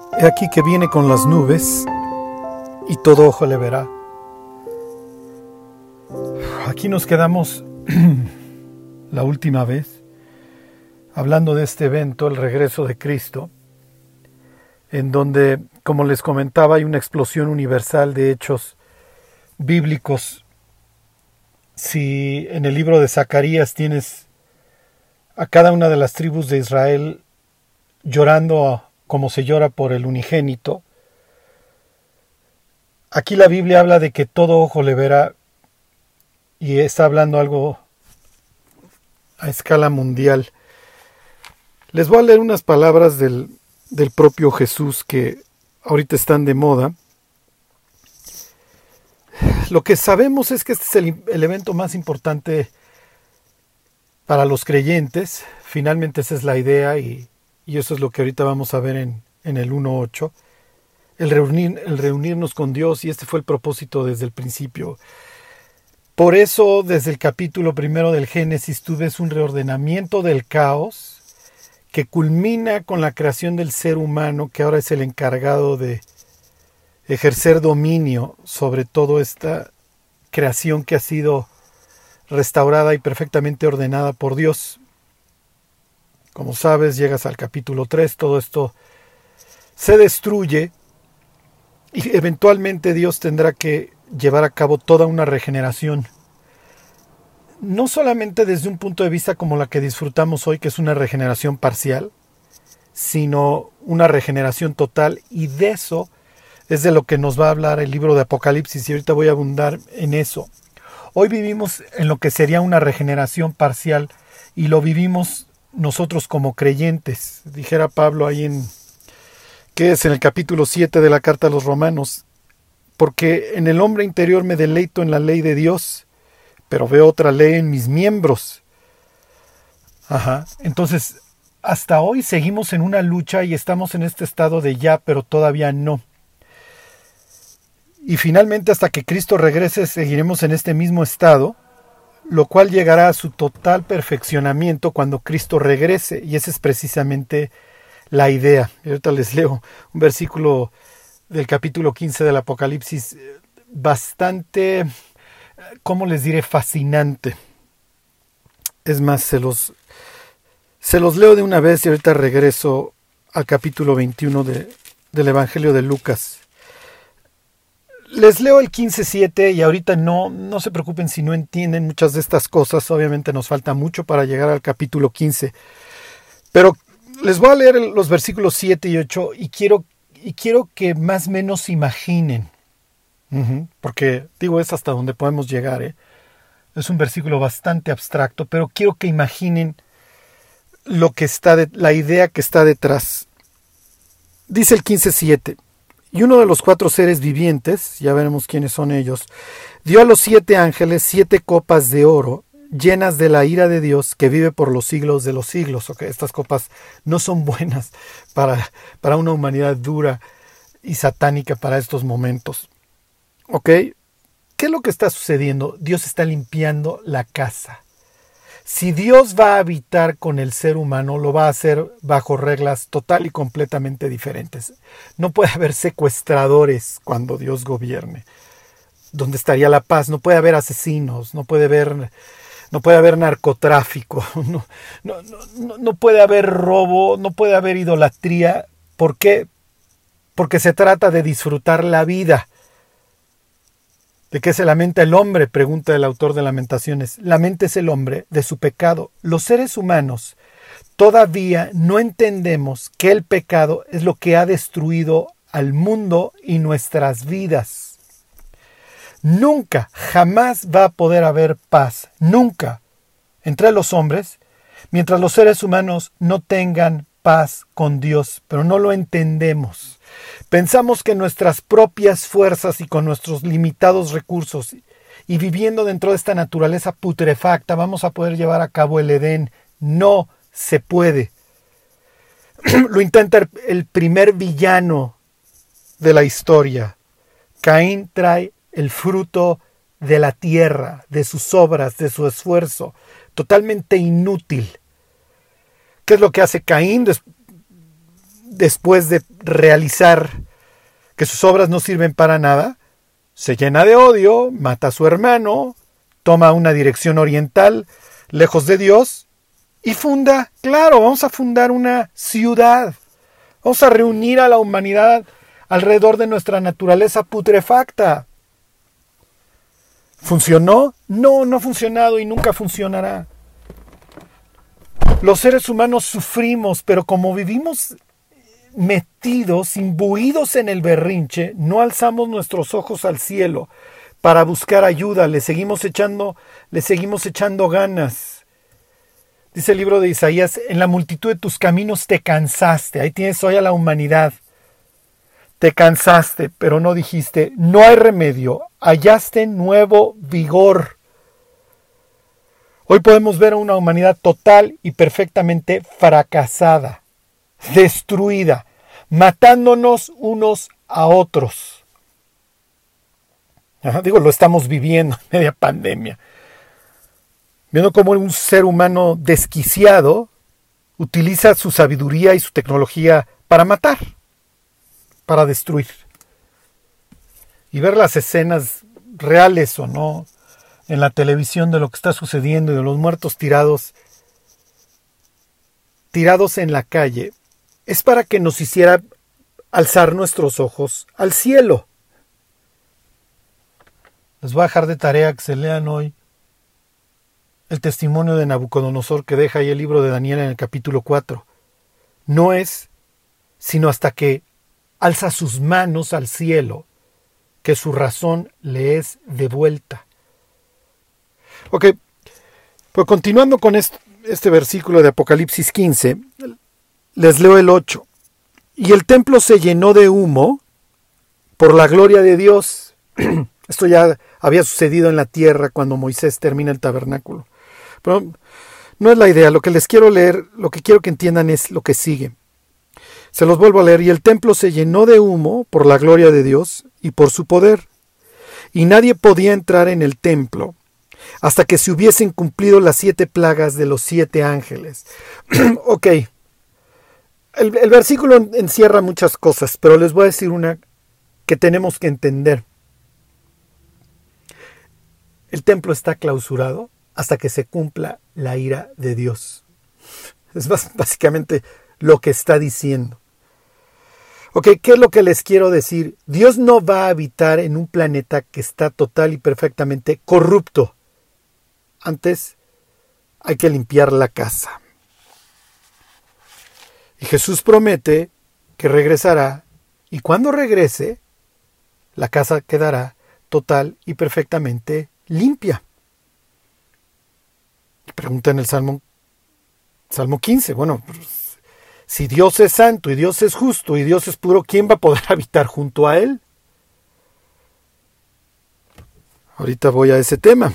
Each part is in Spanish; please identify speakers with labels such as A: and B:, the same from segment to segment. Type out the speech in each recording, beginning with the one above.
A: He aquí que viene con las nubes, y todo ojo le verá. Aquí nos quedamos la última vez, hablando de este evento, el regreso de Cristo, en donde, como les comentaba, hay una explosión universal de hechos bíblicos. Si en el libro de Zacarías tienes a cada una de las tribus de Israel llorando como se llora por el unigénito, aquí la Biblia habla de que todo ojo le verá, y está hablando algo a escala mundial. Les voy a leer unas palabras del propio Jesús que ahorita están de moda. Lo que sabemos es que este es el evento más importante para los creyentes. Finalmente esa es la idea y eso es lo que ahorita vamos a ver en el 1.8. El reunirnos con Dios, y este fue el propósito desde el principio. Por eso, desde el capítulo 1 del Génesis, tú ves un reordenamiento del caos que culmina con la creación del ser humano, que ahora es el encargado de ejercer dominio sobre toda esta creación que ha sido restaurada y perfectamente ordenada por Dios. Como sabes, llegas al capítulo 3, todo esto se destruye y eventualmente Dios tendrá que llevar a cabo toda una regeneración. No solamente desde un punto de vista como la que disfrutamos hoy, que es una regeneración parcial, sino una regeneración total, y de eso es de lo que nos va a hablar el libro de Apocalipsis, y ahorita voy a abundar en eso. Hoy vivimos en lo que sería una regeneración parcial, y lo vivimos nosotros como creyentes. Dijera Pablo ahí en el capítulo 7 de la carta a los Romanos: porque en el hombre interior me deleito en la ley de Dios, pero veo otra ley en mis miembros. Entonces, hasta hoy seguimos en una lucha y estamos en este estado de ya, pero todavía no. Y finalmente, hasta que Cristo regrese, seguiremos en este mismo estado, lo cual llegará a su total perfeccionamiento cuando Cristo regrese, y esa es precisamente la idea. Y ahorita les leo un versículo del capítulo 15 del Apocalipsis bastante, ¿cómo les diré?, fascinante. Es más, se los leo de una vez y ahorita regreso al capítulo 21 del Evangelio de Lucas. Les leo el 15:7 y ahorita no se preocupen si no entienden muchas de estas cosas. Obviamente nos falta mucho para llegar al capítulo 15. Pero les voy a leer los versículos 7 y 8 y quiero que más o menos imaginen. Porque digo, es hasta donde podemos llegar. Es un versículo bastante abstracto, pero quiero que imaginen la idea que está detrás. Dice el 15:7: y uno de los 4 seres vivientes, ya veremos quiénes son ellos, dio a los 7 ángeles 7 copas de oro, llenas de la ira de Dios que vive por los siglos de los siglos. Estas copas no son buenas para una humanidad dura y satánica para estos momentos. ¿Qué es lo que está sucediendo? Dios está limpiando la casa. Si Dios va a habitar con el ser humano, lo va a hacer bajo reglas total y completamente diferentes. No puede haber secuestradores cuando Dios gobierne. ¿Dónde estaría la paz? No puede haber asesinos, no puede haber narcotráfico, no puede haber robo, no puede haber idolatría. ¿Por qué? Porque se trata de disfrutar la vida. ¿De qué se lamenta el hombre?, pregunta el autor de Lamentaciones. Lamentes el hombre de su pecado. Los seres humanos todavía no entendemos que el pecado es lo que ha destruido al mundo y nuestras vidas. Nunca, jamás va a poder haber paz, nunca, entre los hombres, mientras los seres humanos no tengan paz con Dios, pero no lo entendemos. Pensamos que nuestras propias fuerzas y con nuestros limitados recursos y viviendo dentro de esta naturaleza putrefacta vamos a poder llevar a cabo el Edén. No se puede. Lo intenta el primer villano de la historia. Caín trae el fruto de la tierra, de sus obras, de su esfuerzo, totalmente inútil. ¿Qué es lo que hace Caín? después de realizar que sus obras no sirven para nada, se llena de odio, mata a su hermano, toma una dirección oriental, lejos de Dios, y vamos a fundar una ciudad. Vamos a reunir a la humanidad alrededor de nuestra naturaleza putrefacta. ¿Funcionó? No, no ha funcionado y nunca funcionará. Los seres humanos sufrimos, pero como vivimos metidos, imbuidos en el berrinche, no alzamos nuestros ojos al cielo para buscar ayuda, le seguimos echando ganas. Dice el libro de Isaías, en la multitud de tus caminos te cansaste. Ahí tienes hoy a la humanidad. Te cansaste, pero no dijiste, no hay remedio, hallaste nuevo vigor. Hoy podemos ver a una humanidad total y perfectamente fracasada, destruida, matándonos unos a otros. Lo estamos viviendo en media pandemia. Viendo cómo un ser humano desquiciado utiliza su sabiduría y su tecnología para matar, para destruir. Y ver las escenas reales o no en la televisión de lo que está sucediendo y de los muertos tirados en la calle, es para que nos hiciera alzar nuestros ojos al cielo. Les voy a dejar de tarea que se lean hoy el testimonio de Nabucodonosor que deja ahí el libro de Daniel en el capítulo 4. No es sino hasta que alza sus manos al cielo que su razón le es devuelta. Ok, pues continuando con este versículo de Apocalipsis 15, les leo el 8. Y el templo se llenó de humo por la gloria de Dios. Esto ya había sucedido en la tierra cuando Moisés termina el tabernáculo. Pero no es la idea. Lo que les quiero leer, lo que quiero que entiendan es lo que sigue. Se los vuelvo a leer. Y el templo se llenó de humo por la gloria de Dios y por su poder. Y nadie podía entrar en el templo hasta que se hubiesen cumplido las 7 plagas de los 7 ángeles. Ok. El versículo encierra muchas cosas, pero les voy a decir una que tenemos que entender. El templo está clausurado hasta que se cumpla la ira de Dios. Es básicamente lo que está diciendo. Ok, ¿qué es lo que les quiero decir? Dios no va a habitar en un planeta que está total y perfectamente corrupto. Antes hay que limpiar la casa. Y Jesús promete que regresará, y cuando regrese, la casa quedará total y perfectamente limpia. Pregunta en el Salmo 15, bueno, pues, si Dios es santo y Dios es justo y Dios es puro, ¿quién va a poder habitar junto a Él? Ahorita voy a ese tema.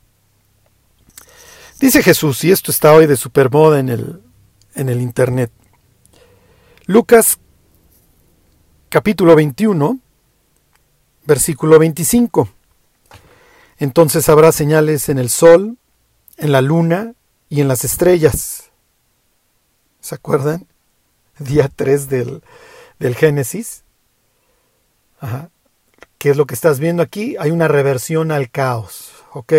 A: Dice Jesús, y esto está hoy de supermoda en el internet. Lucas capítulo 21, versículo 25. Entonces habrá señales en el sol, en la luna y en las estrellas. ¿Se acuerdan? Día 3 del Génesis. Ajá. ¿Qué es lo que estás viendo aquí? Hay una reversión al caos, ¿ok?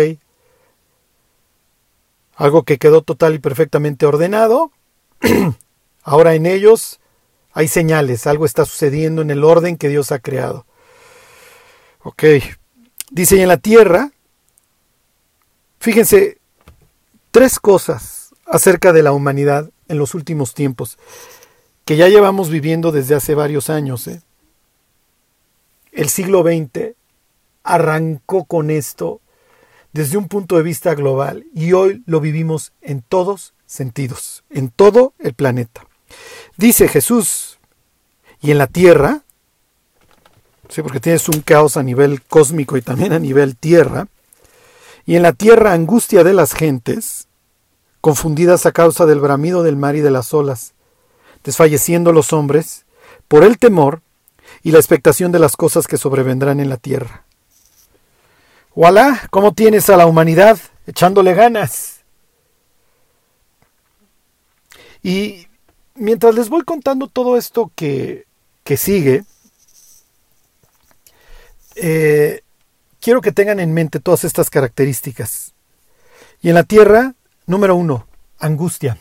A: Algo que quedó total y perfectamente ordenado. Ahora en ellos hay señales, algo está sucediendo en el orden que Dios ha creado. Ok. Dice, y en la tierra, fíjense, 3 cosas acerca de la humanidad en los últimos tiempos, que ya llevamos viviendo desde hace varios años. El siglo XX arrancó con esto desde un punto de vista global y hoy lo vivimos en todos sentidos, en todo el planeta. Dice Jesús, y en la tierra, sí, porque tienes un caos a nivel cósmico y también a nivel tierra, y en la tierra angustia de las gentes, confundidas a causa del bramido del mar y de las olas, desfalleciendo los hombres por el temor y la expectación de las cosas que sobrevendrán en la tierra. ¡Voilá! ¿Cómo tienes a la humanidad echándole ganas? Y mientras les voy contando todo esto que sigue, quiero que tengan en mente todas estas características. Y en la tierra, número 1, angustia.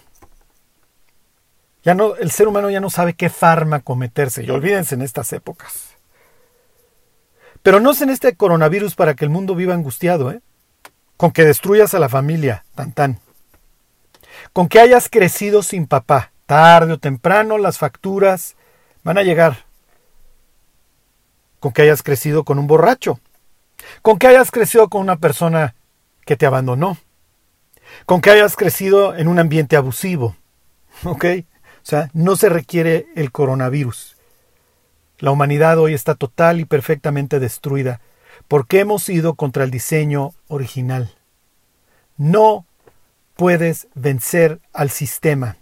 A: El ser humano ya no sabe qué fármaco meterse, y olvídense en estas épocas. Pero no es en este coronavirus para que el mundo viva angustiado, con que destruyas a la familia, tan. Con que hayas crecido sin papá, tarde o temprano las facturas van a llegar. Con que hayas crecido con un borracho. Con que hayas crecido con una persona que te abandonó. Con que hayas crecido en un ambiente abusivo. ¿Ok? O sea, no se requiere el coronavirus. La humanidad hoy está total y perfectamente destruida porque hemos ido contra el diseño original. No puedes vencer al sistema.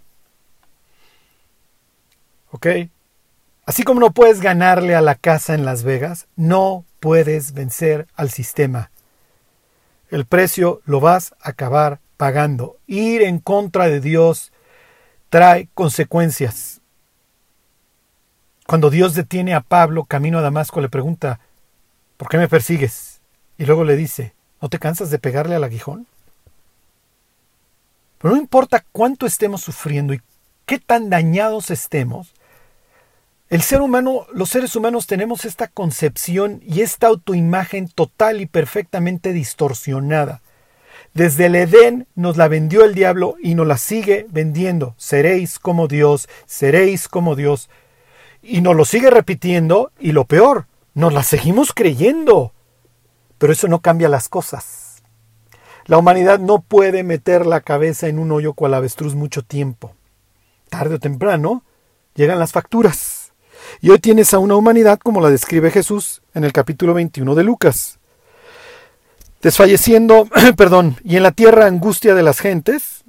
A: ¿Ok? Así como no puedes ganarle a la casa en Las Vegas, no puedes vencer al sistema. El precio lo vas a acabar pagando. Ir en contra de Dios trae consecuencias. Cuando Dios detiene a Pablo camino a Damasco, le pregunta, ¿por qué me persigues? Y luego le dice, ¿no te cansas de pegarle al aguijón? Pero no importa cuánto estemos sufriendo y qué tan dañados estemos, el ser humano, los seres humanos tenemos esta concepción y esta autoimagen total y perfectamente distorsionada. Desde el Edén nos la vendió el diablo y nos la sigue vendiendo. Seréis como Dios, seréis como Dios. Y nos lo sigue repitiendo y lo peor, nos la seguimos creyendo. Pero eso no cambia las cosas. La humanidad no puede meter la cabeza en un hoyo cual avestruz mucho tiempo. Tarde o temprano llegan las facturas. Y hoy tienes a una humanidad como la describe Jesús en el capítulo 21 de Lucas. Desfalleciendo, y en la tierra angustia de las gentes,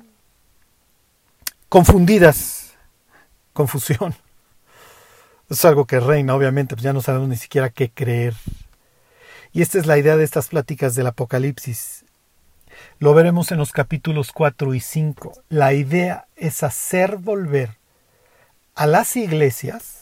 A: confundidas, confusión. Es algo que reina, obviamente, pues ya no sabemos ni siquiera qué creer. Y esta es la idea de estas pláticas del Apocalipsis. Lo veremos en los capítulos 4 y 5. La idea es hacer volver a las iglesias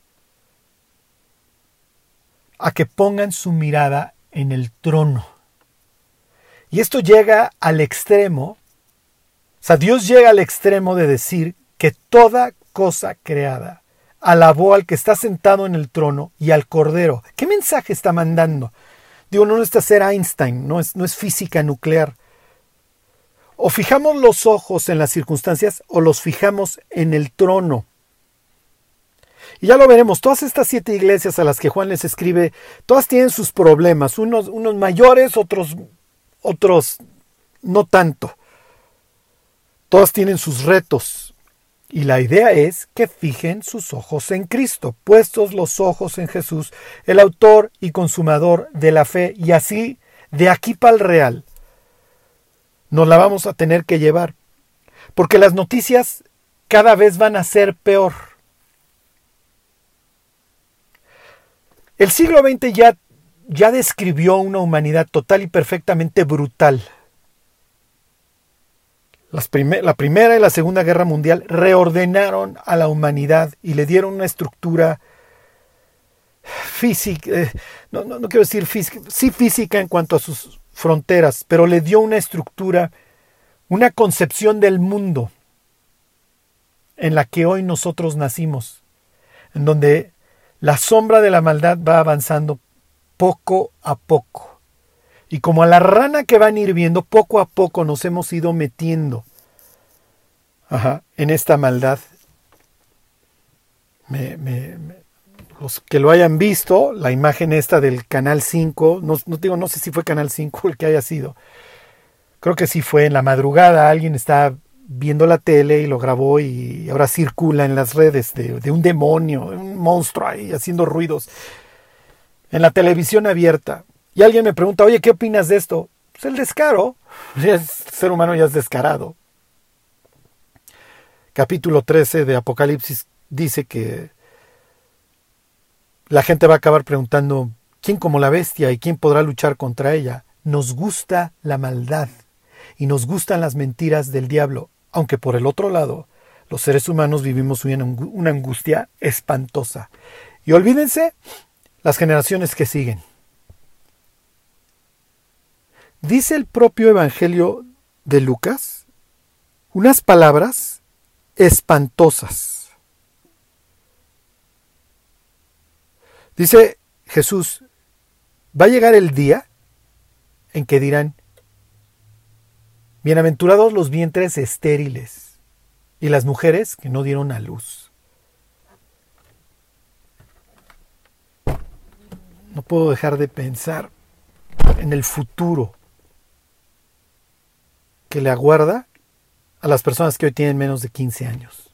A: a que pongan su mirada en el trono. Y esto llega al extremo, o sea, Dios llega al extremo de decir que toda cosa creada alabó al que está sentado en el trono y al Cordero. ¿Qué mensaje está mandando? Digo, no necesita ser Einstein, no es física nuclear. O fijamos los ojos en las circunstancias o los fijamos en el trono. Y ya lo veremos, todas estas 7 iglesias a las que Juan les escribe, todas tienen sus problemas, unos mayores, otros no tanto. Todas tienen sus retos. Y la idea es que fijen sus ojos en Cristo, puestos los ojos en Jesús, el autor y consumador de la fe, y así, de aquí para el real, nos la vamos a tener que llevar. Porque las noticias cada vez van a ser peor. El siglo XX ya describió una humanidad total y perfectamente brutal. La Primera y la Segunda Guerra Mundial reordenaron a la humanidad y le dieron una estructura física, no quiero decir física, sí física en cuanto a sus fronteras, pero le dio una estructura, una concepción del mundo en la que hoy nosotros nacimos, en donde la sombra de la maldad va avanzando poco a poco. Y como a la rana que van hirviendo, poco a poco nos hemos ido metiendo en esta maldad. Los que lo hayan visto, la imagen esta del Canal 5, no sé si fue Canal 5 el que haya sido. Creo que sí fue en la madrugada, alguien está viendo la tele y lo grabó y ahora circula en las redes de un demonio, un monstruo ahí haciendo ruidos en la televisión abierta. Y alguien me pregunta, oye, ¿qué opinas de esto? Pues el descaro. El ser humano ya es descarado. Capítulo 13 de Apocalipsis dice que la gente va a acabar preguntando, ¿quién como la bestia y quién podrá luchar contra ella? Nos gusta la maldad y nos gustan las mentiras del diablo, aunque por el otro lado los seres humanos vivimos una angustia espantosa. Y olvídense las generaciones que siguen. Dice el propio Evangelio de Lucas unas palabras espantosas. Dice Jesús, va a llegar el día en que dirán, bienaventurados los vientres estériles y las mujeres que no dieron a luz. No puedo dejar de pensar en el futuro que le aguarda a las personas que hoy tienen menos de 15 años.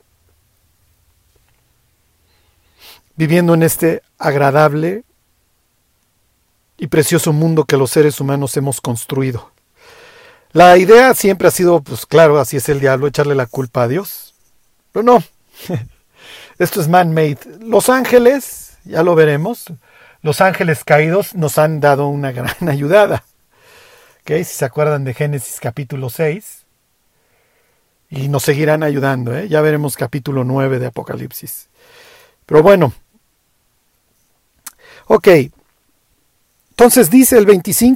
A: Viviendo en este agradable y precioso mundo que los seres humanos hemos construido. La idea siempre ha sido, pues claro, así es el diablo, echarle la culpa a Dios. Pero no, esto es man-made. Los ángeles, ya lo veremos, los ángeles caídos nos han dado una gran ayudada. ¿Okay? Si se acuerdan de Génesis capítulo 6, y nos seguirán ayudando, ¿eh? Ya veremos capítulo 9 de Apocalipsis. Pero bueno, ok, entonces dice el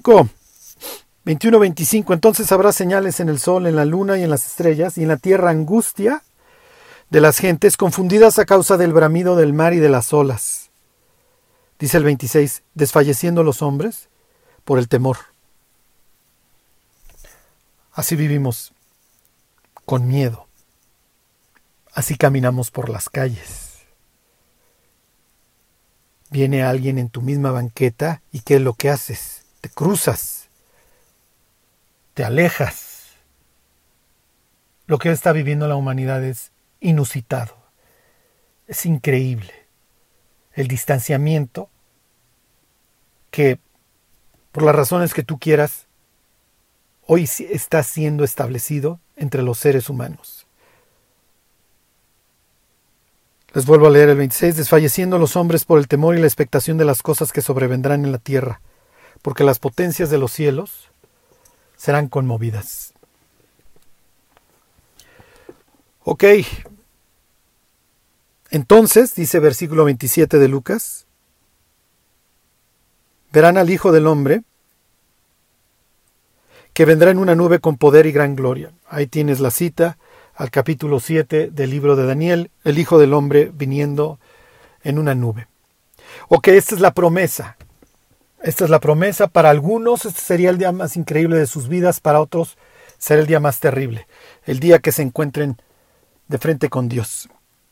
A: 21-25, entonces habrá señales en el sol, en la luna y en las estrellas, y en la tierra angustia de las gentes, confundidas a causa del bramido del mar y de las olas. Dice el 26, desfalleciendo los hombres por el temor. Así vivimos, con miedo. Así caminamos por las calles. Viene alguien en tu misma banqueta y ¿qué es lo que haces? Te cruzas, te alejas. Lo que está viviendo la humanidad es inusitado, es increíble. El distanciamiento que, por las razones que tú quieras, hoy está siendo establecido entre los seres humanos. Les vuelvo a leer el 26. Desfalleciendo los hombres por el temor y la expectación de las cosas que sobrevendrán en la tierra, porque las potencias de los cielos serán conmovidas. Ok. Entonces, dice versículo 27 de Lucas, verán al Hijo del Hombre, que vendrá en una nube con poder y gran gloria. Ahí tienes la cita al capítulo 7 del libro de Daniel, el Hijo del Hombre viniendo en una nube. Ok, esta es la promesa. Esta es la promesa. Para algunos este sería el día más increíble de sus vidas, para otros será el día más terrible, el día que se encuentren de frente con Dios.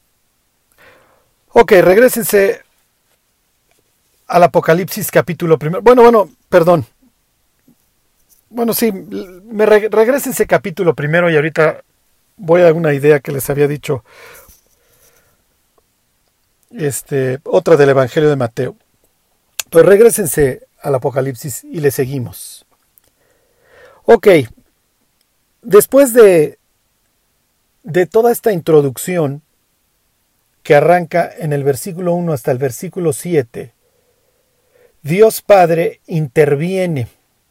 A: Ok, regrésense al Apocalipsis capítulo 1. Perdón. Bueno, sí, regrésense capítulo 1 y ahorita voy a dar una idea que les había dicho, otra del Evangelio de Mateo. Pues regrésense al Apocalipsis y le seguimos. Ok, después de toda esta introducción que arranca en el versículo 1 hasta el versículo 7, Dios Padre interviene.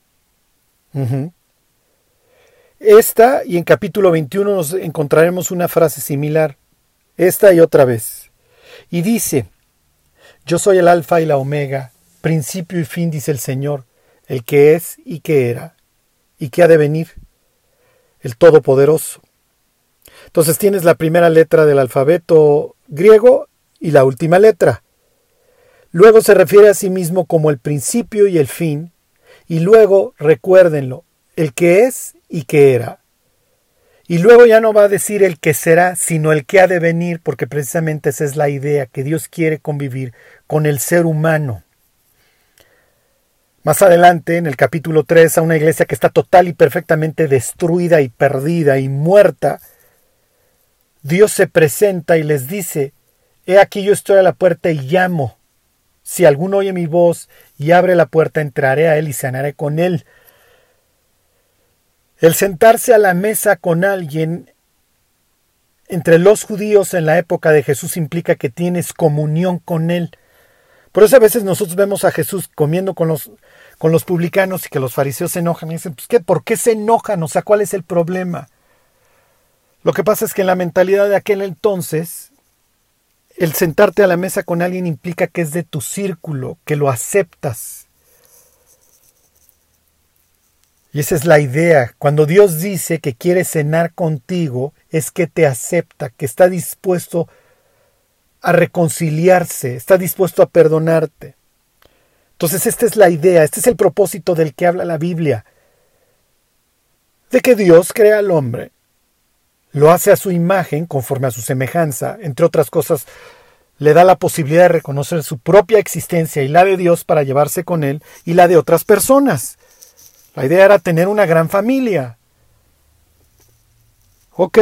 A: Esta, y en capítulo 21 nos encontraremos una frase similar, esta y otra vez. Y dice, yo soy el alfa y la omega, principio y fin, dice el Señor, el que es y que era, y que ha de venir, el Todopoderoso. Entonces tienes la primera letra del alfabeto griego y la última letra. Luego se refiere a sí mismo como el principio y el fin, y luego, recuérdenlo, el que es y que era. Y luego ya no va a decir el que será, sino el que ha de venir, porque precisamente esa es la idea, que Dios quiere convivir con el ser humano. Más adelante, en el capítulo 3, a una iglesia que está total y perfectamente destruida y perdida y muerta, Dios se presenta y les dice, he aquí yo estoy a la puerta y llamo. Si alguno oye mi voz y abre la puerta, entraré a él y cenaré con él. El sentarse a la mesa con alguien entre los judíos en la época de Jesús implica que tienes comunión con él. Por eso a veces nosotros vemos a Jesús comiendo con los publicanos y que los fariseos se enojan y dicen, pues ¿qué? ¿Por qué se enojan? O sea, ¿cuál es el problema? Lo que pasa es que en la mentalidad de aquel entonces, el sentarte a la mesa con alguien implica que es de tu círculo, que lo aceptas. Y esa es la idea. Cuando Dios dice que quiere cenar contigo, es que te acepta, que está dispuesto a reconciliarse, está dispuesto a perdonarte. Entonces esta es la idea, este es el propósito del que habla la Biblia. De que Dios crea al hombre, lo hace a su imagen, conforme a su semejanza, entre otras cosas, le da la posibilidad de reconocer su propia existencia y la de Dios para llevarse con él y la de otras personas. La idea era tener una gran familia. Ok.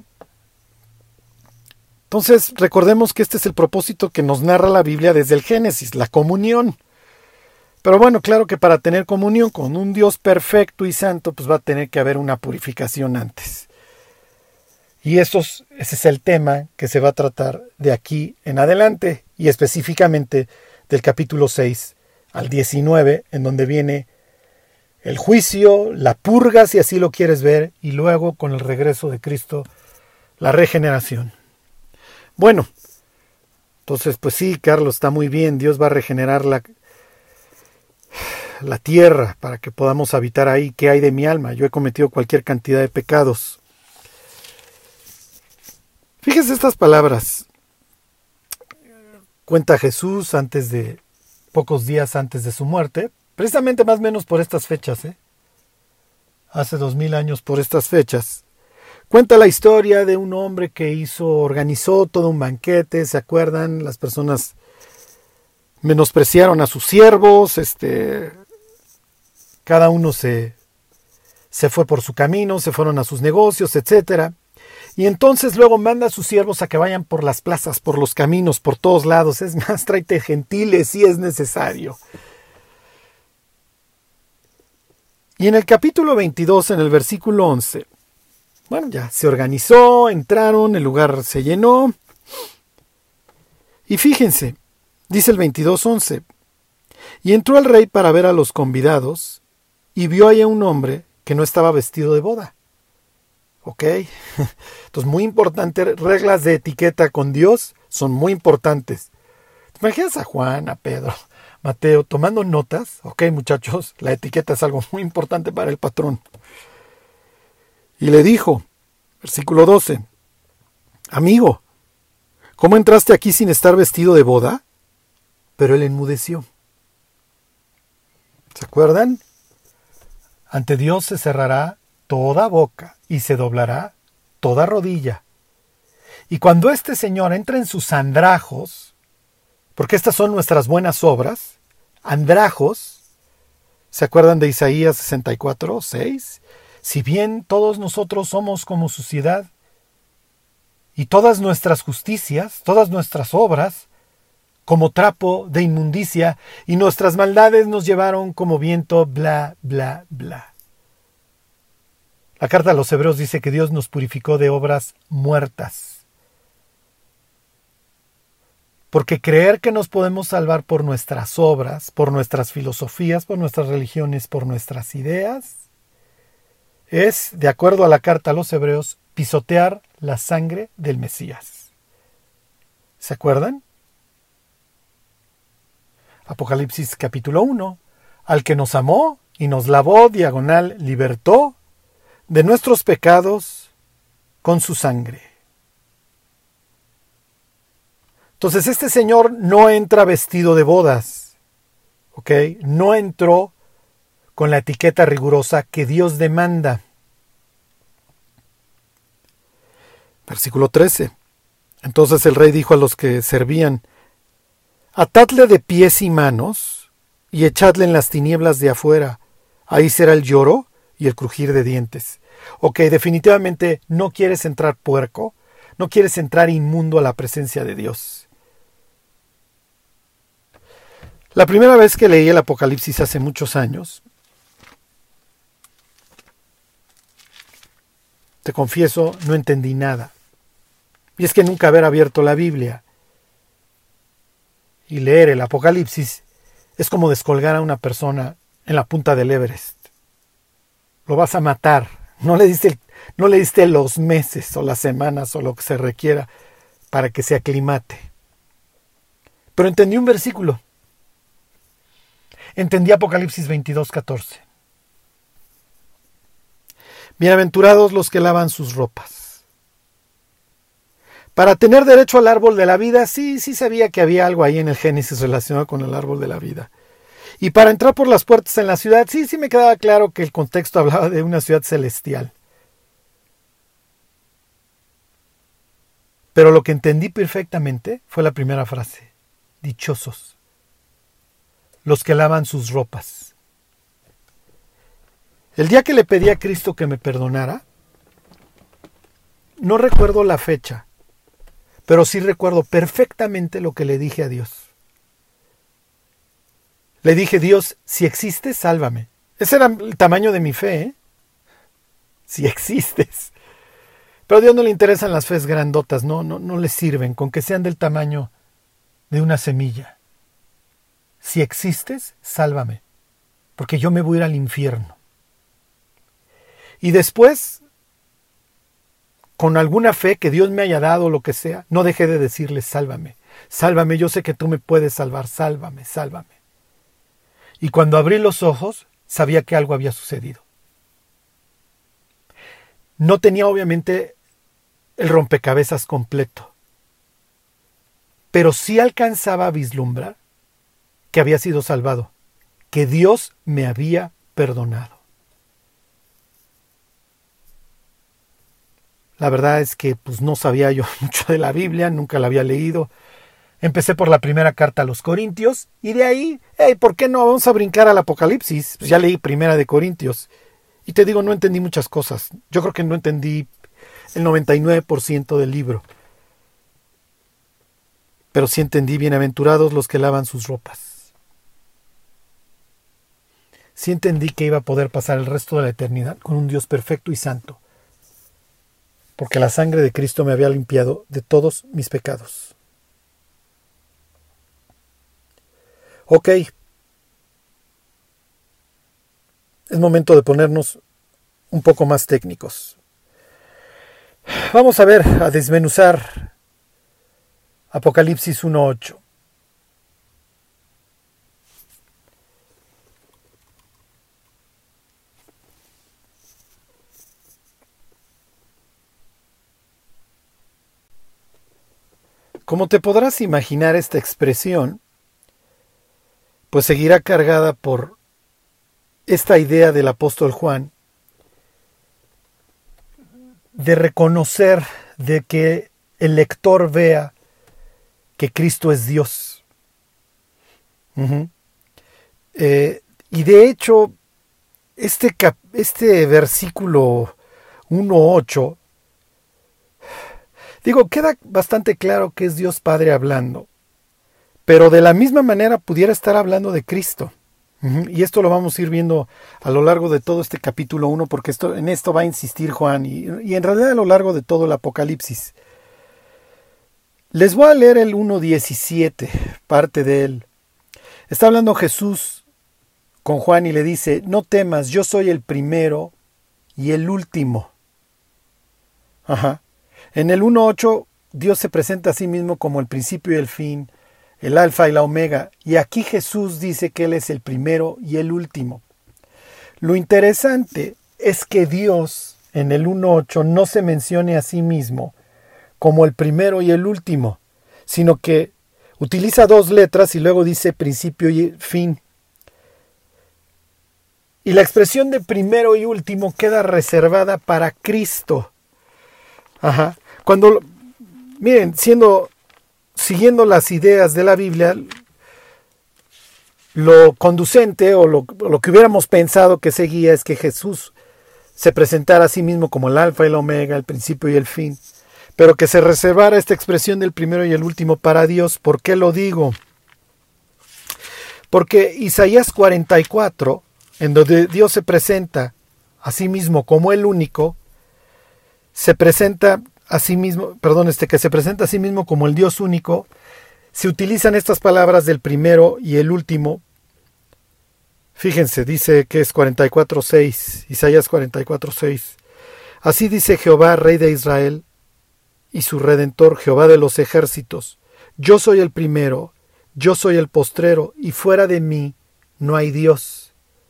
A: Entonces, recordemos que este es el propósito que nos narra la Biblia desde el Génesis, la comunión. Pero bueno, claro que para tener comunión con un Dios perfecto y santo, pues va a tener que haber una purificación antes. Y ese es el tema que se va a tratar de aquí en adelante, y específicamente del capítulo 6 al 19, en donde viene el juicio, la purga, si así lo quieres ver, y luego con el regreso de Cristo, la regeneración. Bueno, entonces pues sí, Carlos, está muy bien, Dios va a regenerar la tierra para que podamos habitar ahí. ¿Qué hay de mi alma? Yo he cometido cualquier cantidad de pecados. Fíjese estas palabras. Cuenta Jesús pocos días antes de su muerte, precisamente más o menos por estas fechas, hace 2000 años por estas fechas. Cuenta la historia de un hombre que organizó todo un banquete, ¿se acuerdan? Las personas menospreciaron a sus siervos, cada uno se fue por su camino, se fueron a sus negocios, etcétera. Y entonces luego manda a sus siervos a que vayan por las plazas, por los caminos, por todos lados. Es más, tráete gentiles si es necesario. Y en el capítulo 22, en el versículo 11, bueno, ya se organizó, entraron, el lugar se llenó. Y fíjense, dice el 22:11, y entró el rey para ver a los convidados, y vio ahí a un hombre que no estaba vestido de boda. ¿Ok? Entonces, muy importante, reglas de etiqueta con Dios son muy importantes. ¿Te imaginas a Juan, a Pedro, Mateo tomando notas? Ok, muchachos, la etiqueta es algo muy importante para el patrón. Y le dijo, versículo 12, amigo, ¿cómo entraste aquí sin estar vestido de boda? Pero él enmudeció. ¿Se acuerdan? Ante Dios se cerrará toda boca y se doblará toda rodilla. Y cuando este Señor entra en sus andrajos, porque estas son nuestras buenas obras, andrajos, ¿se acuerdan de Isaías 64:6? Si bien todos nosotros somos como suciedad, y todas nuestras justicias, todas nuestras obras, como trapo de inmundicia, y nuestras maldades nos llevaron como viento, bla, bla, bla. La carta a los Hebreos dice que Dios nos purificó de obras muertas. Porque creer que nos podemos salvar por nuestras obras, por nuestras filosofías, por nuestras religiones, por nuestras ideas, es, de acuerdo a la carta a los Hebreos, pisotear la sangre del Mesías. ¿Se acuerdan? Apocalipsis capítulo 1. Al que nos amó y nos lavó, diagonal, libertó de nuestros pecados con su sangre. Entonces este señor no entra vestido de bodas, ¿ok? No entró con la etiqueta rigurosa que Dios demanda. Versículo 13. Entonces el rey dijo a los que servían, atadle de pies y manos y echadle en las tinieblas de afuera. Ahí será el lloro y el crujir de dientes. Ok, definitivamente no quieres entrar puerco, no quieres entrar inmundo a la presencia de Dios. La primera vez que leí el Apocalipsis hace muchos años, te confieso, no entendí nada. Y es que nunca haber abierto la Biblia y leer el Apocalipsis es como descolgar a una persona en la punta del Everest. Lo vas a matar, No le diste los meses o las semanas o lo que se requiera para que se aclimate. Pero entendí un versículo. Entendí Apocalipsis 22:14. Bienaventurados los que lavan sus ropas. Para tener derecho al árbol de la vida, sí sabía que había algo ahí en el Génesis relacionado con el árbol de la vida. Y para entrar por las puertas en la ciudad, sí me quedaba claro que el contexto hablaba de una ciudad celestial. Pero lo que entendí perfectamente fue la primera frase. Dichosos los que lavan sus ropas. El día que le pedí a Cristo que me perdonara, no recuerdo la fecha, pero sí recuerdo perfectamente lo que le dije a Dios. Le dije, Dios, si existes, sálvame. Ese era el tamaño de mi fe, ¿eh? Si existes. Pero a Dios no le interesan las fes grandotas, no le sirven, con que sean del tamaño de una semilla. Si existes, sálvame, porque yo me voy a ir al infierno. Y después, con alguna fe que Dios me haya dado, lo que sea, no dejé de decirle, sálvame, sálvame, yo sé que tú me puedes salvar, sálvame, sálvame. Y cuando abrí los ojos, sabía que algo había sucedido. No tenía obviamente el rompecabezas completo, pero sí alcanzaba a vislumbrar que había sido salvado, que Dios me había perdonado. La verdad es que no sabía yo mucho de la Biblia, nunca la había leído. Empecé por la primera carta a los Corintios y de ahí, ¿por qué no? Vamos a brincar al Apocalipsis. Pues ya leí primera de Corintios. Y te digo, no entendí muchas cosas. Yo creo que no entendí el 99% del libro. Pero sí entendí, bienaventurados los que lavan sus ropas. Sí entendí que iba a poder pasar el resto de la eternidad con un Dios perfecto y santo. Porque la sangre de Cristo me había limpiado de todos mis pecados. Ok. Es momento de ponernos un poco más técnicos. Vamos a ver, a desmenuzar Apocalipsis 1:8. Como te podrás imaginar, esta expresión pues seguirá cargada por esta idea del apóstol Juan de reconocer, de que el lector vea que Cristo es Dios. Y de hecho, este versículo 1:8, queda bastante claro que es Dios Padre hablando, pero de la misma manera pudiera estar hablando de Cristo. Y esto lo vamos a ir viendo a lo largo de todo este capítulo 1, porque en esto va a insistir Juan, y en realidad a lo largo de todo el Apocalipsis. Les voy a leer el 1:17, parte de él. Está hablando Jesús con Juan y le dice, no temas, yo soy el primero y el último. En el 1:8, Dios se presenta a sí mismo como el principio y el fin, el alfa y la omega, y aquí Jesús dice que Él es el primero y el último. Lo interesante es que Dios en el 1:8 no se mencione a sí mismo como el primero y el último, sino que utiliza dos letras y luego dice principio y fin. Y la expresión de primero y último queda reservada para Cristo. Cuando, miren, siguiendo las ideas de la Biblia, lo conducente o lo que hubiéramos pensado que seguía es que Jesús se presentara a sí mismo como el alfa y el omega, el principio y el fin, pero que se reservara esta expresión del primero y el último para Dios. ¿Por qué lo digo? Porque Isaías 44, en donde Dios se presenta a sí mismo como el único, se presenta a sí mismo, que se presenta a sí mismo como el Dios único, se utilizan estas palabras del primero y el último. Fíjense, dice que es 44:6, Isaías 44:6. Así dice Jehová, Rey de Israel, y su Redentor, Jehová de los ejércitos: yo soy el primero, yo soy el postrero, y fuera de mí no hay Dios.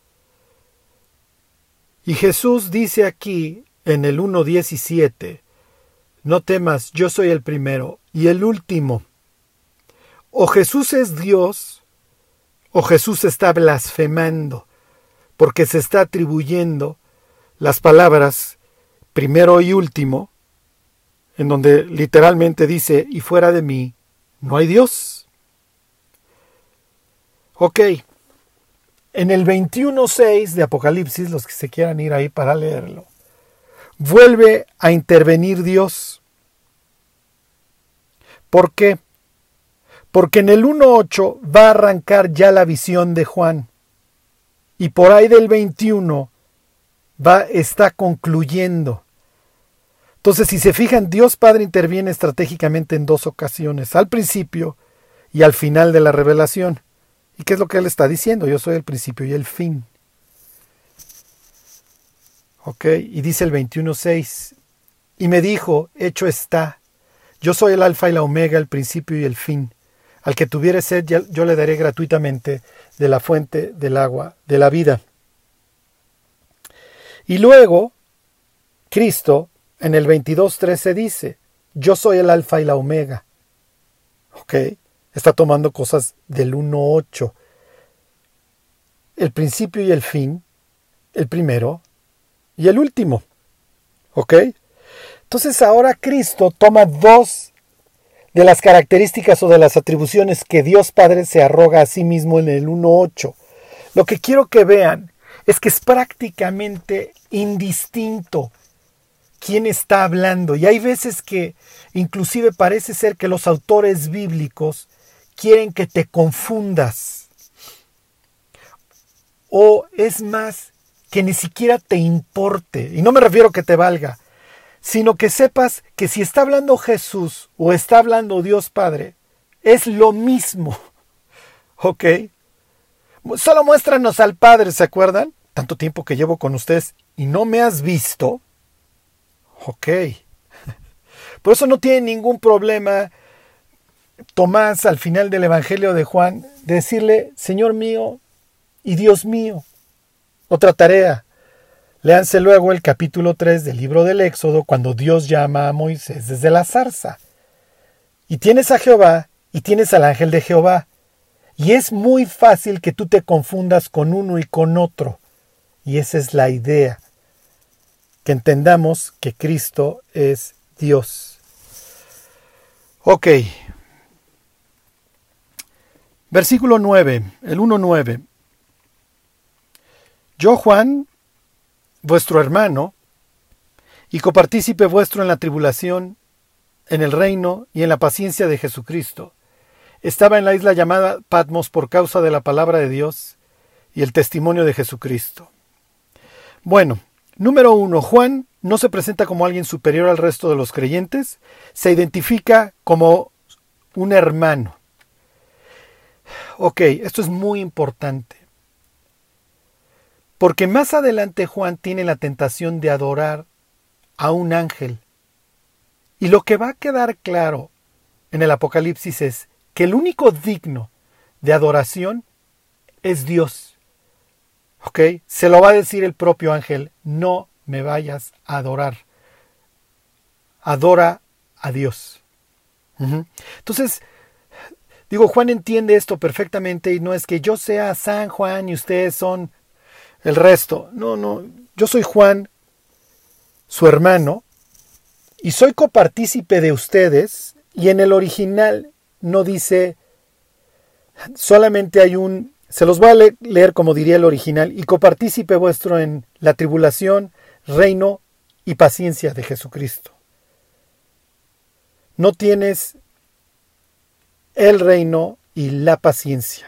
A: Y Jesús dice aquí en el 1:17, no temas, yo soy el primero y el último. O Jesús es Dios, o Jesús está blasfemando, porque se está atribuyendo las palabras primero y último, en donde literalmente dice, y fuera de mí no hay Dios. Ok, en el 21:6 de Apocalipsis, los que se quieran ir ahí para leerlo, vuelve a intervenir Dios. ¿Por qué? Porque en el 1:8 va a arrancar ya la visión de Juan, y por ahí del 21 está concluyendo. Entonces, si se fijan, Dios Padre interviene estratégicamente en dos ocasiones, al principio y al final de la revelación. ¿Y qué es lo que Él está diciendo? Yo soy el principio y el fin. Ok, y dice el 21:6, y me dijo, hecho está, yo soy el alfa y la omega, el principio y el fin. Al que tuviere sed, yo le daré gratuitamente de la fuente del agua de la vida. Y luego, Cristo, en el 22:13 dice, yo soy el alfa y la omega. Ok, está tomando cosas del 1:8. El principio y el fin, el primero y el último. ¿Ok? Entonces ahora Cristo toma dos de las características o de las atribuciones que Dios Padre se arroga a sí mismo en el 1:8. Lo que quiero que vean es que es prácticamente indistinto quién está hablando. Y hay veces que inclusive parece ser que los autores bíblicos quieren que te confundas. O es más, que ni siquiera te importe. Y no me refiero a que te valga, sino que sepas que si está hablando Jesús o está hablando Dios Padre, es lo mismo. ¿Ok? Solo muéstranos al Padre, ¿se acuerdan? Tanto tiempo que llevo con ustedes y no me has visto. Ok. Por eso no tiene ningún problema Tomás al final del Evangelio de Juan de decirle, Señor mío y Dios mío. Otra tarea. Léanse luego el capítulo 3 del libro del Éxodo, cuando Dios llama a Moisés desde la zarza. Y tienes a Jehová y tienes al ángel de Jehová. Y es muy fácil que tú te confundas con uno y con otro. Y esa es la idea. Que entendamos que Cristo es Dios. Ok. Versículo 9, el 1:9. Yo, Juan, vuestro hermano, y copartícipe vuestro en la tribulación, en el reino y en la paciencia de Jesucristo, estaba en la isla llamada Patmos por causa de la palabra de Dios y el testimonio de Jesucristo. Bueno, número 1, Juan no se presenta como alguien superior al resto de los creyentes, se identifica como un hermano. Ok, esto es muy importante. Porque más adelante Juan tiene la tentación de adorar a un ángel. Y lo que va a quedar claro en el Apocalipsis es que el único digno de adoración es Dios. ¿Ok? Se lo va a decir el propio ángel, no me vayas a adorar. Adora a Dios. Entonces, digo, Juan entiende esto perfectamente y no es que yo sea San Juan y ustedes son el resto. No, yo soy Juan, su hermano, y soy copartícipe de ustedes, y en el original no dice, solamente hay se los voy a leer como diría el original, y copartícipe vuestro en la tribulación, reino y paciencia de Jesucristo. No tienes el reino y la paciencia.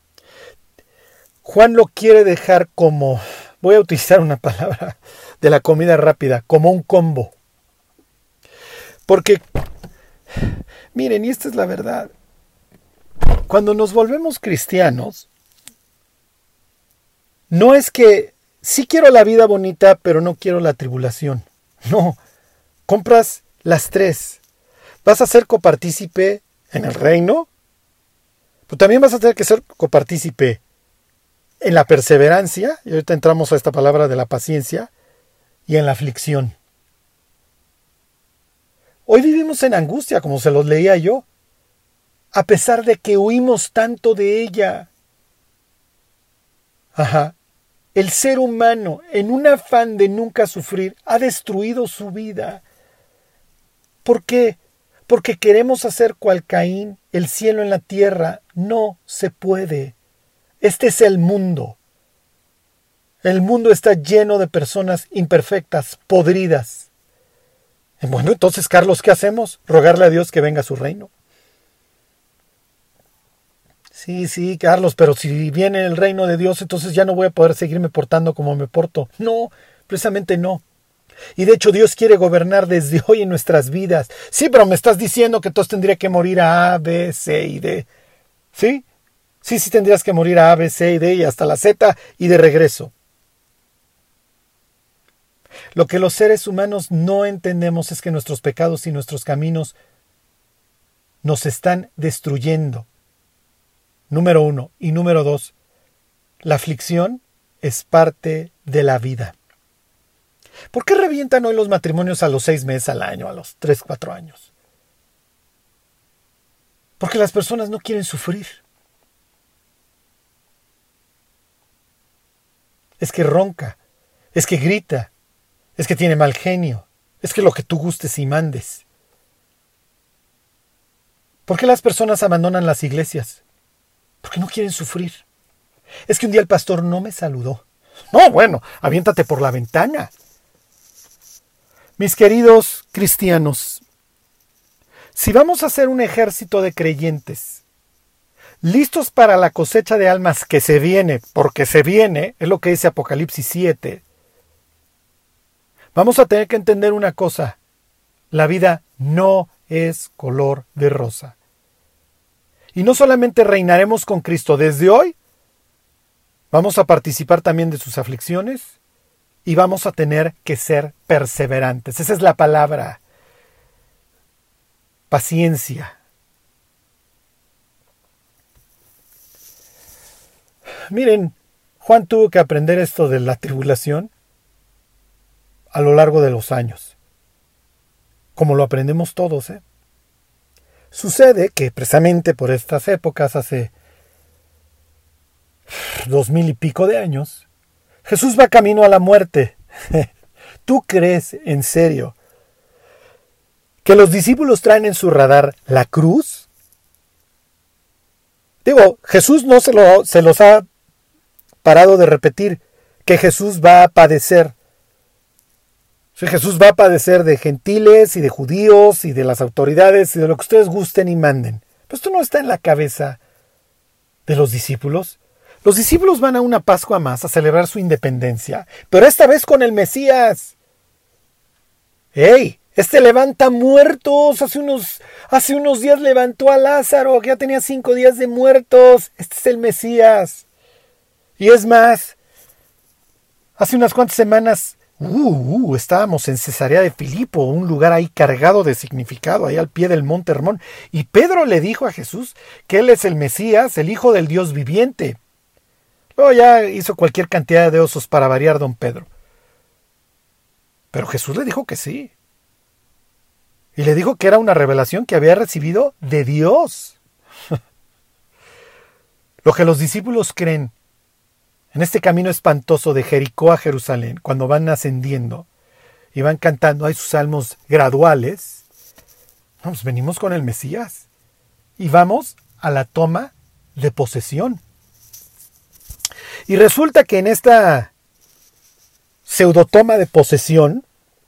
A: Juan lo quiere dejar como, voy a utilizar una palabra de la comida rápida, como un combo. Porque, miren, y esta es la verdad, cuando nos volvemos cristianos, no es que sí quiero la vida bonita, pero no quiero la tribulación. No, compras las tres. Vas a ser copartícipe en el reino, pero también vas a tener que ser copartícipe en la perseverancia, y ahorita entramos a esta palabra de la paciencia, y en la aflicción. Hoy vivimos en angustia, como se los leía yo, a pesar de que huimos tanto de ella. El ser humano, en un afán de nunca sufrir, ha destruido su vida. ¿Por qué? Porque queremos hacer cual Caín, el cielo en la tierra. No se puede. Este es el mundo. El mundo está lleno de personas imperfectas, podridas. Bueno, entonces, Carlos, ¿qué hacemos? Rogarle a Dios que venga a su reino. Sí, Carlos, pero si viene el reino de Dios, entonces ya no voy a poder seguirme portando como me porto. No, precisamente no. Y de hecho Dios quiere gobernar desde hoy en nuestras vidas. Sí, pero me estás diciendo que entonces tendría que morir a A, B, C y D. ¿Sí? Sí, tendrías que morir a A, B, C y D y hasta la Z y de regreso. Lo que los seres humanos no entendemos es que nuestros pecados y nuestros caminos nos están destruyendo. Número 1. Y número 2. La aflicción es parte de la vida. ¿Por qué revientan hoy los matrimonios a los 6 meses al año, a los 3, 4 años? Porque las personas no quieren sufrir. Es que ronca, es que grita, es que tiene mal genio, es que lo que tú gustes y mandes. ¿Por qué las personas abandonan las iglesias? Porque no quieren sufrir. Es que un día el pastor no me saludó. No, bueno, aviéntate por la ventana. Mis queridos cristianos, si vamos a ser un ejército de creyentes, listos para la cosecha de almas que se viene, porque se viene, es lo que dice Apocalipsis 7, vamos a tener que entender una cosa: la vida no es color de rosa. Y no solamente reinaremos con Cristo desde hoy, vamos a participar también de sus aflicciones y vamos a tener que ser perseverantes. Esa es la palabra. Paciencia. Miren, Juan tuvo que aprender esto de la tribulación a lo largo de los años, como lo aprendemos todos, ¿eh? Sucede que precisamente por estas épocas, hace 2000 y pico de años, Jesús va camino a la muerte. ¿Tú crees en serio que los discípulos traen en su radar la cruz? Digo, Jesús no se los ha parado de repetir que Jesús va a padecer. Jesús va a padecer de gentiles y de judíos y de las autoridades y de lo que ustedes gusten y manden. Pero esto no está en la cabeza de los discípulos. Los discípulos van a una Pascua más a celebrar su independencia, pero esta vez con el Mesías. ¡Ey! Este levanta muertos. Hace unos días levantó a Lázaro, que ya tenía 5 días de muertos. Este es el Mesías. Y es más, hace unas cuantas semanas estábamos en Cesarea de Filipo, un lugar ahí cargado de significado, ahí al pie del monte Hermón, y Pedro le dijo a Jesús que él es el Mesías, el Hijo del Dios viviente. Luego ya hizo cualquier cantidad de osos para variar don Pedro. Pero Jesús le dijo que sí. Y le dijo que era una revelación que había recibido de Dios. Lo que los discípulos creen en este camino espantoso de Jericó a Jerusalén, cuando van ascendiendo y van cantando, hay sus salmos graduales, pues venimos con el Mesías y vamos a la toma de posesión. Y resulta que en esta pseudotoma de posesión,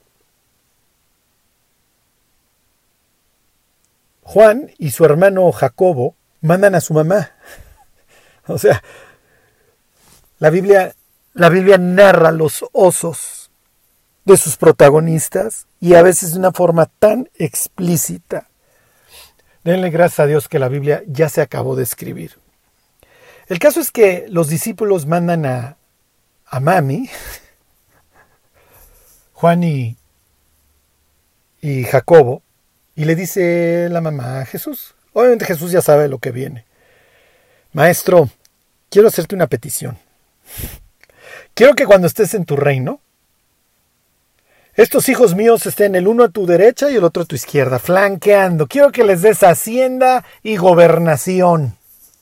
A: Juan y su hermano Jacobo mandan a su mamá. O sea, la Biblia narra los osos de sus protagonistas y a veces de una forma tan explícita. Denle gracias a Dios que la Biblia ya se acabó de escribir. El caso es que los discípulos mandan a mami, Juan y y Jacobo, y le dice la mamá a Jesús. Obviamente Jesús ya sabe lo que viene. Maestro, quiero hacerte una petición. Quiero que cuando estés en tu reino, estos hijos míos estén el uno a tu derecha y el otro a tu izquierda, flanqueando. Quiero que les des hacienda y gobernación.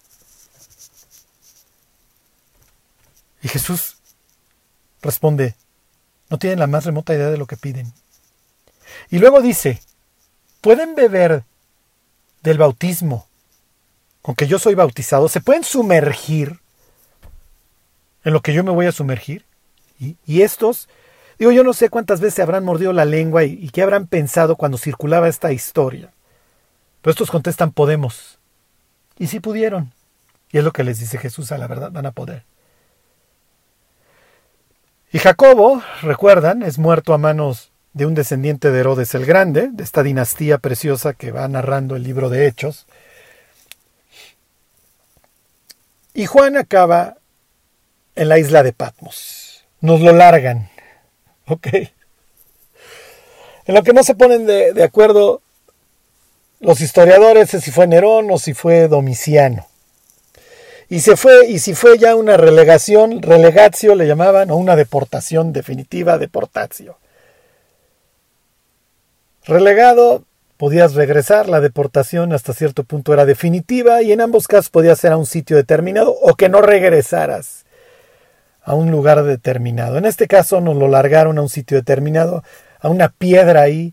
A: Y Jesús responde, no tienen la más remota idea de lo que piden. Y luego dice, pueden beber del bautismo con que yo soy bautizado, se pueden sumergir en lo que yo me voy a sumergir. Y estos, digo, yo no sé cuántas veces se habrán mordido la lengua y qué habrán pensado cuando circulaba esta historia. Pero estos contestan, podemos. Y sí pudieron. Y es lo que les dice Jesús, a la verdad van a poder. Y Jacobo, recuerdan, es muerto a manos de un descendiente de Herodes el Grande, de esta dinastía preciosa que va narrando el libro de Hechos. Y Juan acaba en la isla de Patmos. Nos lo largan. ¿Ok? En lo que no se ponen de acuerdo los historiadores es si fue Nerón o si fue Domiciano. Y si fue ya una relegatio le llamaban, o una deportación definitiva, deportatio. Relegado, podías regresar, la deportación hasta cierto punto era definitiva y en ambos casos podías ser a un sitio determinado o que no regresaras a un lugar determinado. En este caso nos lo largaron a un sitio determinado, a una piedra ahí,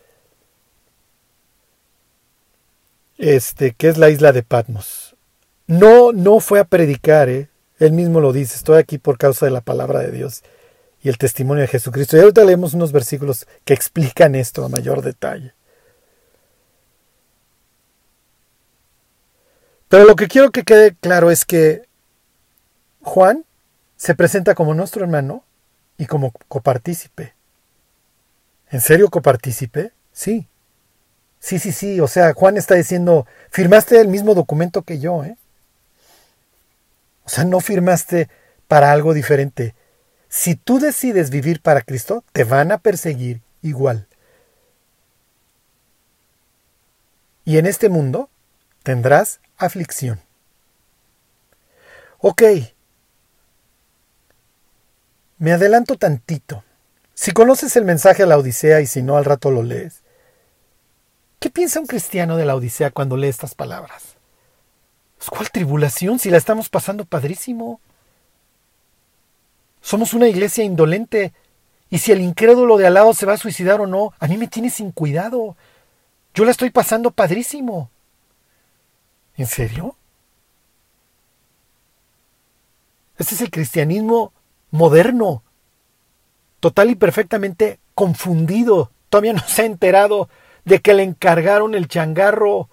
A: que es la isla de Patmos. No fue a predicar, él mismo lo dice, estoy aquí por causa de la palabra de Dios y el testimonio de Jesucristo. Y ahorita leemos unos versículos que explican esto a mayor detalle. Pero lo que quiero que quede claro es que Juan se presenta como nuestro hermano y como copartícipe. ¿En serio copartícipe? Sí. Sí. O sea, Juan está diciendo, firmaste el mismo documento que yo, O sea, no firmaste para algo diferente. Si tú decides vivir para Cristo, te van a perseguir igual. Y en este mundo tendrás aflicción. Ok. Me adelanto tantito. Si conoces el mensaje a la Odisea y si no, al rato lo lees. ¿Qué piensa un cristiano de la Odisea cuando lee estas palabras? Pues, ¿cuál tribulación si la estamos pasando padrísimo? Somos una iglesia indolente y si el incrédulo de al lado se va a suicidar o no, a mí me tiene sin cuidado. Yo la estoy pasando padrísimo. ¿En serio? Este es el cristianismo moderno, total y perfectamente confundido. Todavía no se ha enterado de que le encargaron el changarro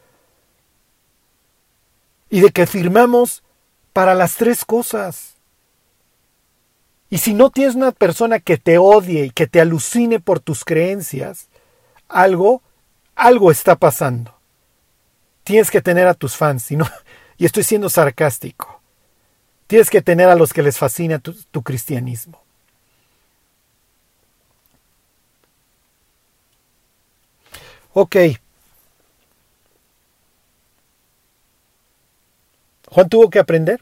A: y de que firmamos para las tres cosas. Y si no tienes una persona que te odie y que te alucine por tus creencias, algo está pasando. Tienes que tener a tus fans, y estoy siendo sarcástico. Tienes que tener a los que les fascina tu cristianismo. Ok. Juan tuvo que aprender.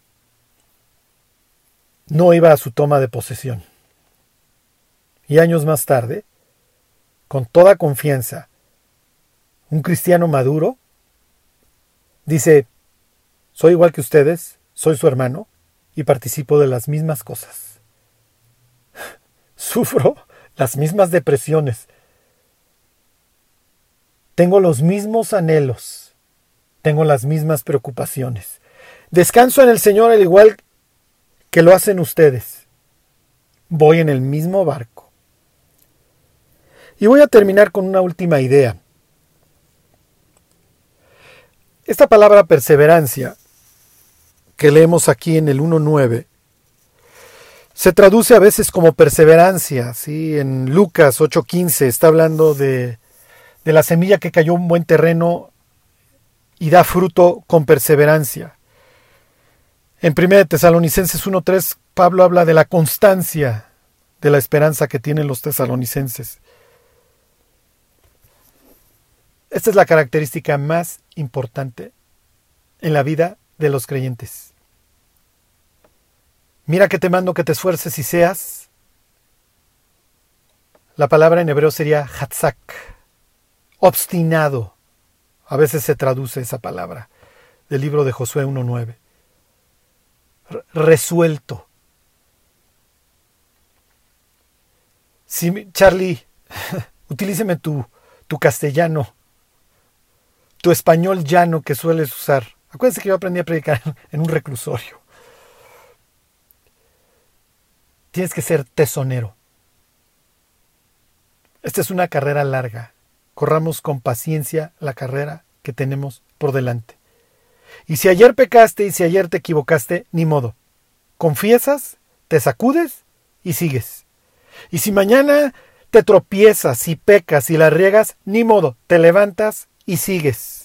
A: No iba a su toma de posesión. Y años más tarde, con toda confianza, un cristiano maduro dice, soy igual que ustedes, soy su hermano y participo de las mismas cosas. Sufro las mismas depresiones. Tengo los mismos anhelos. Tengo las mismas preocupaciones. Descanso en el Señor al igual que lo hacen ustedes. Voy en el mismo barco. Y voy a terminar con una última idea. Esta palabra perseverancia, que leemos aquí en el 1.9, se traduce a veces como perseverancia. ¿Sí? En Lucas 8.15 está hablando de la semilla que cayó en buen terreno y da fruto con perseverancia. En 1 Tesalonicenses 1.3, Pablo habla de la constancia de la esperanza que tienen los tesalonicenses. Esta es la característica más importante en la vida de los creyentes. Mira que te mando que te esfuerces y seas. La palabra en hebreo sería hatzak, obstinado. A veces se traduce esa palabra del libro de Josué 1:9. Resuelto. Sí, Charlie, utilíceme tu castellano, tu español llano que sueles usar. Acuérdense que yo aprendí a predicar en un reclusorio. Tienes que ser tesonero. Esta es una carrera larga. Corramos con paciencia la carrera que tenemos por delante. Y si ayer pecaste y si ayer te equivocaste, ni modo. Confiesas, te sacudes y sigues. Y si mañana te tropiezas y pecas y la riegas, ni modo, te levantas y sigues.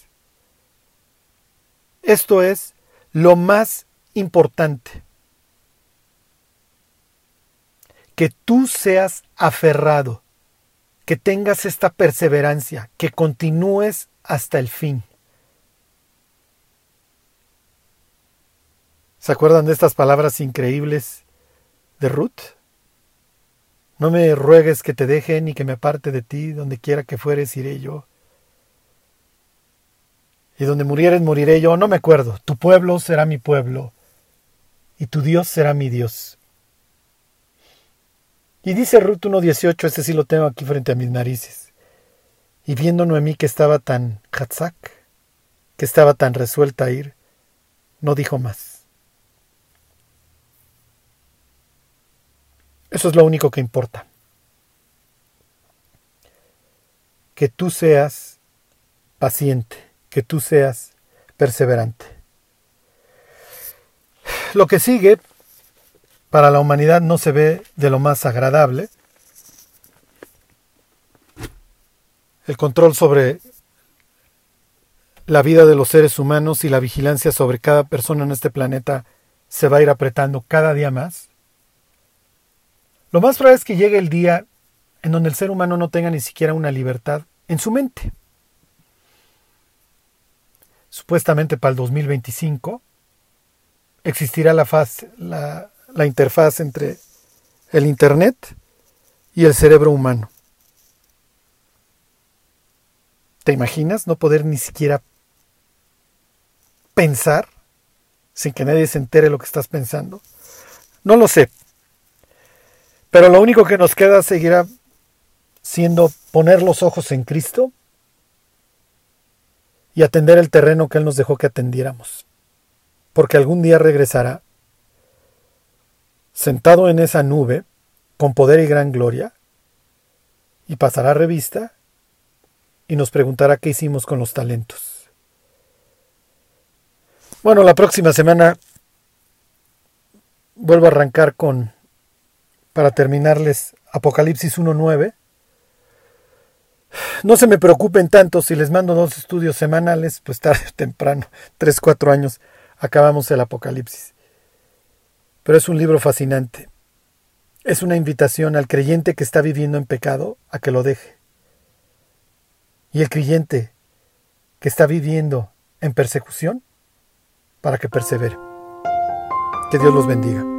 A: Esto es lo más importante. Que tú seas aferrado, que tengas esta perseverancia, que continúes hasta el fin. ¿Se acuerdan de estas palabras increíbles de Ruth? No me ruegues que te deje ni que me aparte de ti, donde quiera que fueres iré yo. Y donde murieres moriré yo, no me acuerdo. Tu pueblo será mi pueblo y tu Dios será mi Dios. Y dice Ruth 1:18, este sí lo tengo aquí frente a mis narices. Y viendo Noemí que estaba tan hatzak, que estaba tan resuelta a ir, no dijo más. Eso es lo único que importa. Que tú seas paciente, que tú seas perseverante. Lo que sigue para la humanidad no se ve de lo más agradable. El control sobre la vida de los seres humanos y la vigilancia sobre cada persona en este planeta se va a ir apretando cada día más. Lo más probable es que llegue el día en donde el ser humano no tenga ni siquiera una libertad en su mente. Supuestamente para el 2025 existirá la interfaz entre el Internet y el cerebro humano. ¿Te imaginas no poder ni siquiera pensar sin que nadie se entere lo que estás pensando? No lo sé. Pero lo único que nos queda seguirá siendo poner los ojos en Cristo y atender el terreno que Él nos dejó que atendiéramos. Porque algún día regresará, sentado en esa nube, con poder y gran gloria, y pasará revista y nos preguntará qué hicimos con los talentos. Bueno, la próxima semana vuelvo a arrancar para terminarles Apocalipsis 1:9. No se me preocupen tanto si les mando 2 estudios semanales, pues tarde o temprano, 3-4 años, acabamos el Apocalipsis. Pero es un libro fascinante. Es una invitación al creyente que está viviendo en pecado a que lo deje. Y el creyente que está viviendo en persecución para que persevere. Que Dios los bendiga.